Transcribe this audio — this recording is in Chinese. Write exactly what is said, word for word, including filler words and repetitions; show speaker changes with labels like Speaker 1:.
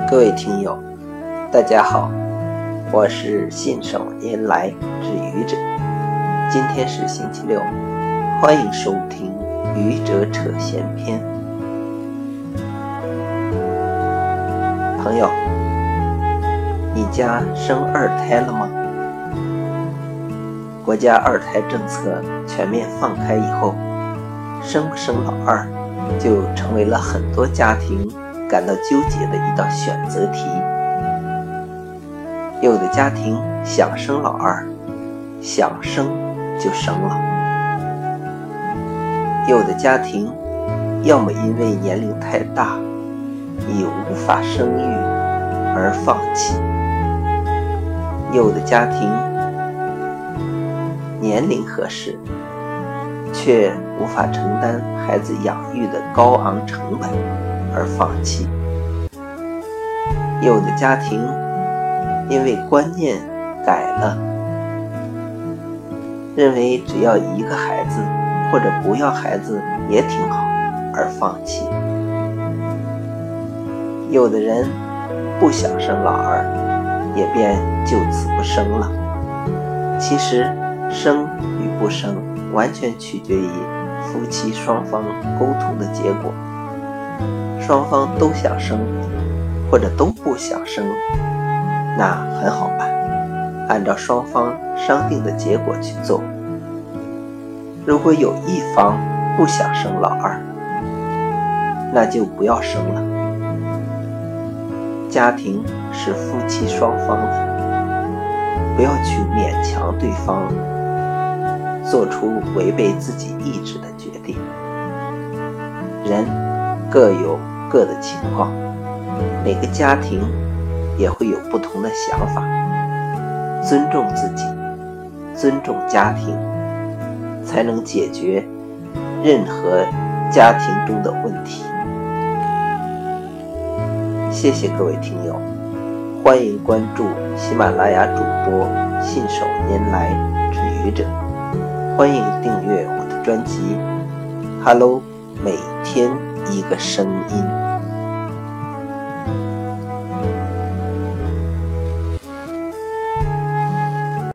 Speaker 1: 各位听友，大家好，我是信手拈来之愚者。今天是星期六，欢迎收听愚者扯闲篇。朋友，你家生二胎了吗？国家二胎政策全面放开以后，生不生老二就成为了很多家庭感到纠结的一道选择题。有的家庭想生老二，想生就生了；有的家庭要么因为年龄太大，已无法生育而放弃；有的家庭年龄合适，却无法承担孩子养育的高昂成本而放弃；有的家庭因为观念改了，认为只要一个孩子或者不要孩子也挺好而放弃；有的人不想生老二，也便就此不生了。其实生与不生完全取决于夫妻双方沟通的结果，双方都想生或者都不想生，那很好办，按照双方商定的结果去做。如果有一方不想生老二，那就不要生了。家庭是夫妻双方的，不要去勉强对方做出违背自己意志的决定。人各有各的情况，每个家庭也会有不同的想法，尊重自己，尊重家庭，才能解决任何家庭中的问题。谢谢各位听友，欢迎关注喜马拉雅主播信手拈来之愚者，欢迎订阅我的专辑 Hello， 每天一个声音。